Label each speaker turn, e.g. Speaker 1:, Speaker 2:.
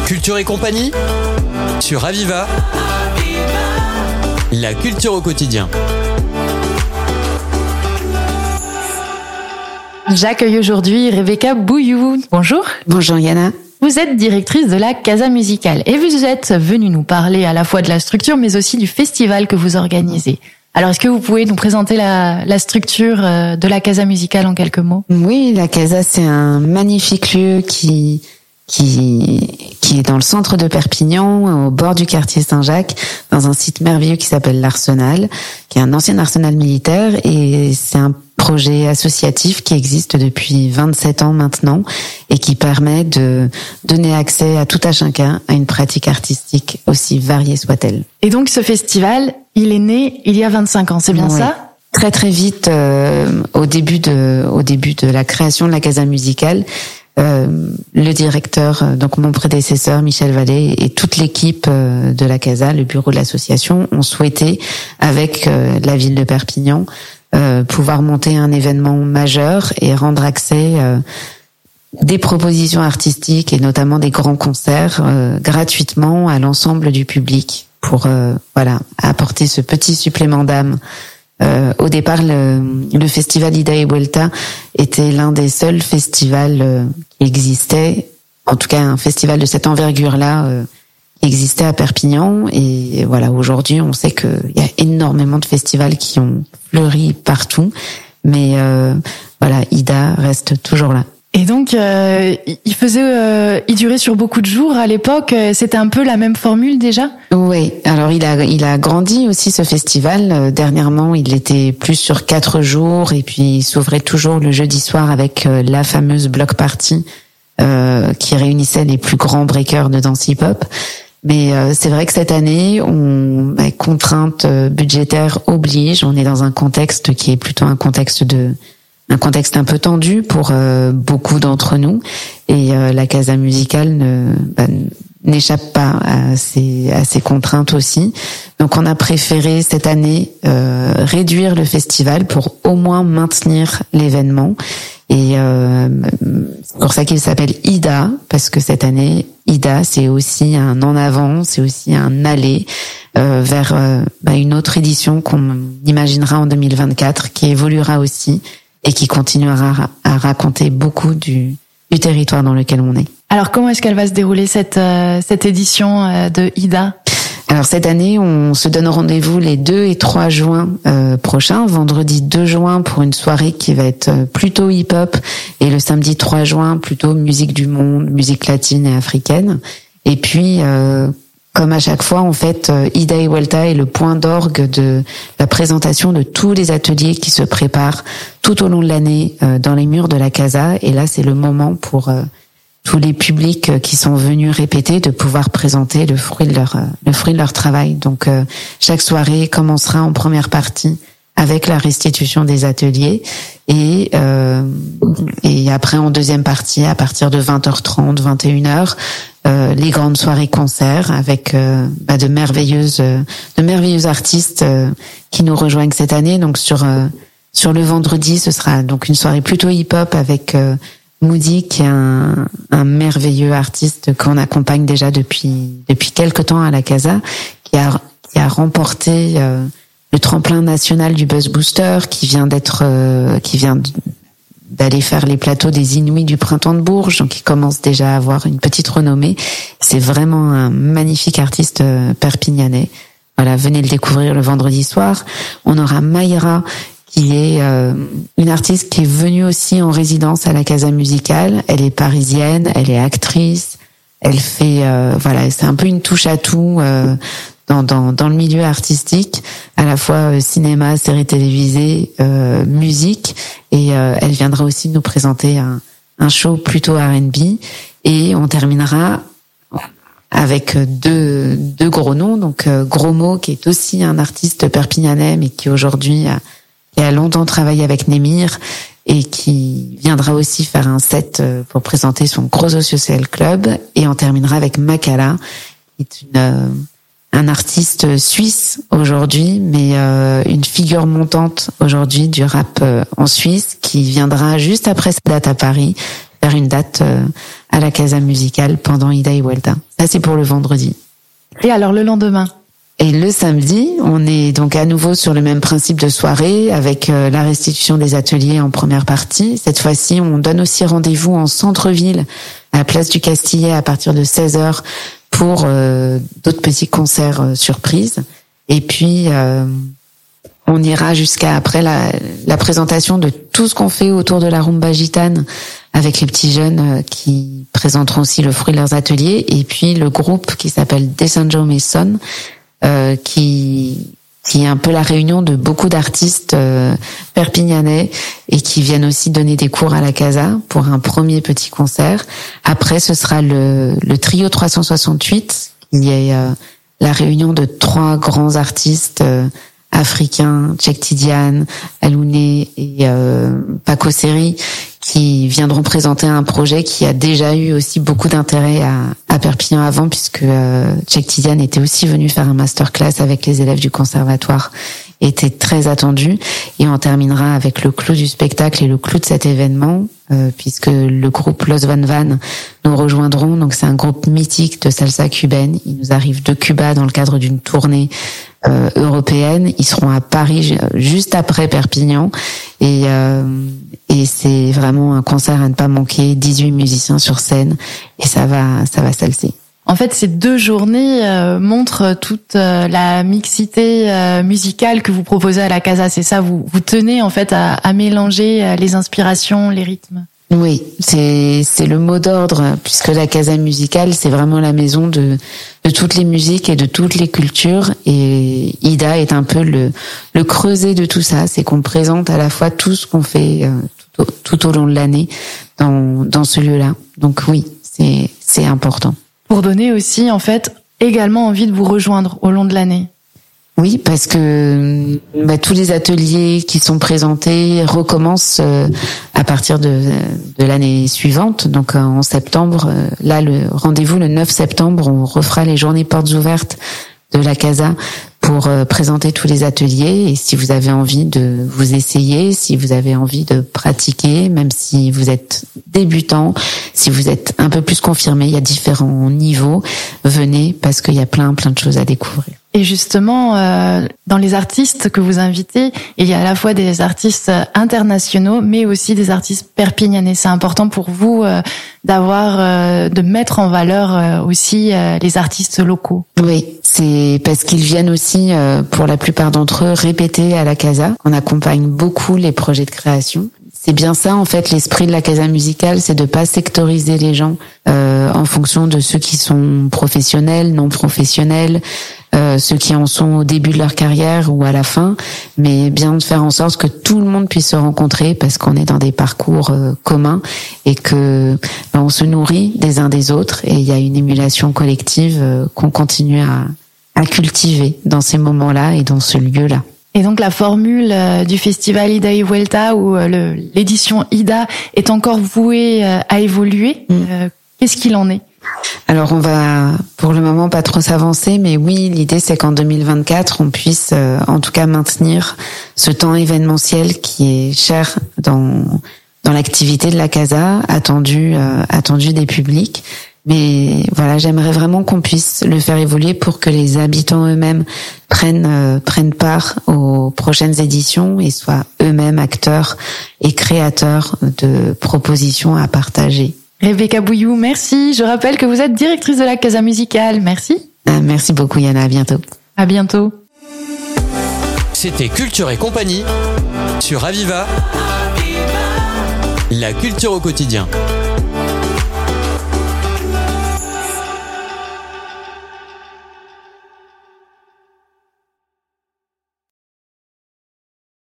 Speaker 1: Culture et compagnie sur Aviva. La culture au quotidien.
Speaker 2: J'accueille aujourd'hui Rebecca Bouillou. Bonjour.
Speaker 3: Bonjour Yana.
Speaker 2: Vous êtes directrice de la Casa Musicale et vous êtes venue nous parler à la fois de la structure mais aussi du festival que vous organisez. Alors est-ce que vous pouvez nous présenter la structure de la Casa Musicale en quelques mots ?
Speaker 3: Oui, la Casa, c'est un magnifique lieu qui est dans le centre de Perpignan, au bord du quartier Saint-Jacques, dans un site merveilleux qui s'appelle l'Arsenal, qui est un ancien arsenal militaire, et c'est un projet associatif qui existe depuis 27 ans maintenant et qui permet de donner accès à tout à chacun à une pratique artistique aussi variée soit-elle.
Speaker 2: Et donc ce festival, il est né il y a 25 ans, c'est bien ça ?
Speaker 3: Très très vite, au début de la création de la Casa Musicale, le directeur, donc mon prédécesseur Michel Vallée et toute l'équipe de la Casa, le bureau de l'association, ont souhaité, avec la ville de Perpignan, pouvoir monter un événement majeur et rendre accès des propositions artistiques et notamment des grands concerts gratuitement à l'ensemble du public pour apporter ce petit supplément d'âme. Au départ, le festival Ida et Vuelta était l'un des seuls festivals qui existait, en tout cas un festival de cette envergure-là qui existait à Perpignan. Et voilà, aujourd'hui, on sait qu'il y a énormément de festivals qui ont fleuri partout, mais Ida reste toujours là.
Speaker 2: Et donc, il durait sur beaucoup de jours à l'époque. C'était un peu la même formule déjà.
Speaker 3: Oui. Alors il a grandi aussi ce festival. Dernièrement, il était plus sur 4 jours et puis il s'ouvrait toujours le jeudi soir avec la fameuse block party qui réunissait les plus grands breakers de danse hip-hop. Mais c'est vrai que cette année, contraintes budgétaires obligent. On est dans un contexte qui est plutôt un contexte un peu tendu pour beaucoup d'entre nous, et la Casa Musicale n'échappe pas à ces contraintes aussi. Donc on a préféré cette année réduire le festival pour au moins maintenir l'événement, et c'est pour ça qu'il s'appelle Ida, parce que cette année Ida, c'est aussi un en avant, c'est aussi un aller vers une autre édition qu'on imaginera en 2024, qui évoluera aussi et qui continuera à raconter beaucoup du territoire dans lequel on est.
Speaker 2: Alors comment est-ce qu'elle va se dérouler cette édition de Ida ?
Speaker 3: Alors cette année, on se donne rendez-vous les 2 et 3 juin prochains. Vendredi 2 juin pour une soirée qui va être plutôt hip-hop, et le samedi 3 juin plutôt musique du monde, musique latine et africaine. Et puis comme à chaque fois, en fait, Ida et Vuelta est le point d'orgue de la présentation de tous les ateliers qui se préparent tout au long de l'année dans les murs de la Casa. Et là, c'est le moment pour tous les publics qui sont venus répéter de pouvoir présenter le fruit de leur travail. Donc, chaque soirée commencera en première partie avec la restitution des ateliers, et après en deuxième partie, à partir de 20h30, 21h, les grandes soirées concerts avec de merveilleux artistes qui nous rejoignent cette année. Donc sur le vendredi, ce sera donc une soirée plutôt hip-hop avec Moody, qui est un merveilleux artiste qu'on accompagne déjà depuis quelque temps à la Casa, qui a remporté le tremplin national du Buzz Booster, qui vient d'aller faire les plateaux des Inuits du Printemps de Bourges, donc il commence déjà à avoir une petite renommée. C'est vraiment un magnifique artiste perpignanais. Voilà, venez le découvrir le vendredi soir. On aura Mayra, qui est une artiste qui est venue aussi en résidence à la Casa Musicale. Elle est parisienne, elle est actrice, elle fait c'est un peu une touche à tout dans le milieu artistique, à la fois cinéma, séries télévisées, musique, et elle viendra aussi nous présenter un show plutôt R&B, et on terminera avec deux gros noms, donc Gros Mot, qui est aussi un artiste perpignanais mais qui aujourd'hui a longtemps travaillé avec Némir et qui viendra aussi faire un set pour présenter son Gros Social Club, et on terminera avec Makala, qui est un artiste suisse aujourd'hui, mais une figure montante aujourd'hui du rap en Suisse, qui viendra juste après sa date à Paris faire une date à la Casa Musicale pendant Ida y Vuelta. Ça, c'est pour le vendredi.
Speaker 2: Et alors le lendemain?
Speaker 3: Et le samedi, on est donc à nouveau sur le même principe de soirée avec la restitution des ateliers en première partie. Cette fois-ci, on donne aussi rendez-vous en centre-ville, à la place du Castillet à partir de 16h pour d'autres petits concerts surprises. Et puis, on ira jusqu'à après la présentation de tout ce qu'on fait autour de la rumba gitane avec les petits jeunes qui présenteront aussi le fruit de leurs ateliers. Et puis, le groupe qui s'appelle Desanjo Mason, qui est un peu la réunion de beaucoup d'artistes perpignanais et qui viennent aussi donner des cours à la Casa pour un premier petit concert. Après, ce sera le trio 368, qui est la réunion de 3 grands artistes africains, Cheikh Tidiane, Alouné et Paco Seri, qui viendront présenter un projet qui a déjà eu aussi beaucoup d'intérêt à Perpignan avant, puisque Cheikh Tidiane était aussi venu faire un masterclass avec les élèves du conservatoire, était très attendu. Et on terminera avec le clou du spectacle et le clou de cet événement, puisque le groupe Los Van Van nous rejoindront. Donc c'est un groupe mythique de salsa cubaine. Ils nous arrivent de Cuba dans le cadre d'une tournée européenne. Ils seront à Paris juste après Perpignan. Et c'est vraiment un concert à ne pas manquer. 18 musiciens sur scène et ça va salser.
Speaker 2: En fait, ces 2 journées montrent toute la mixité musicale que vous proposez à la Casa. C'est ça, vous tenez en fait à mélanger les inspirations, les rythmes.
Speaker 3: Oui, c'est le mot d'ordre, puisque la Casa Musicale, c'est vraiment la maison de toutes les musiques et de toutes les cultures. Et Ida est un peu le creuset de tout ça. C'est qu'on présente à la fois tout ce qu'on fait tout au long de l'année dans ce lieu-là. Donc oui, c'est important.
Speaker 2: Pour donner aussi, en fait, également envie de vous rejoindre au long de l'année.
Speaker 3: Oui, parce que tous les ateliers qui sont présentés recommencent à partir de l'année suivante. Donc en septembre, là le rendez-vous le 9 septembre, on refera les journées portes ouvertes de la Casa pour présenter tous les ateliers. Et si vous avez envie de vous essayer, si vous avez envie de pratiquer, même si vous êtes débutant, si vous êtes un peu plus confirmé, il y a différents niveaux, venez parce qu'il y a plein de choses à découvrir.
Speaker 2: Et justement, dans les artistes que vous invitez, il y a à la fois des artistes internationaux, mais aussi des artistes perpignanais. C'est important pour vous de mettre en valeur aussi les artistes locaux.
Speaker 3: Oui, c'est parce qu'ils viennent aussi, pour la plupart d'entre eux, répéter à la Casa. On accompagne beaucoup les projets de création. C'est bien ça, en fait, l'esprit de la Casa Musicale, c'est de pas sectoriser les gens en fonction de ceux qui sont professionnels, non professionnels, ceux qui en sont au début de leur carrière ou à la fin, mais bien de faire en sorte que tout le monde puisse se rencontrer parce qu'on est dans des parcours communs et que on se nourrit des uns des autres et il y a une émulation collective qu'on continue à cultiver dans ces moments-là et dans ce lieu-là.
Speaker 2: Et donc la formule du festival Ida y Vuelta ou l'édition Ida est encore vouée à évoluer. Qu'est-ce qu'il en est ?
Speaker 3: Alors on va pour le moment pas trop s'avancer, mais oui, l'idée c'est qu'en 2024 on puisse en tout cas maintenir ce temps événementiel qui est cher dans l'activité de la Casa, attendu des publics. Mais voilà, j'aimerais vraiment qu'on puisse le faire évoluer pour que les habitants eux-mêmes prennent part aux prochaines éditions et soient eux-mêmes acteurs et créateurs de propositions à partager.
Speaker 2: Rebecca Bouillou, merci. Je rappelle que vous êtes directrice de la Casa Musicale. Merci.
Speaker 3: Merci beaucoup Yana, à bientôt.
Speaker 2: À bientôt.
Speaker 1: C'était Culture et compagnie sur Aviva. La culture au quotidien.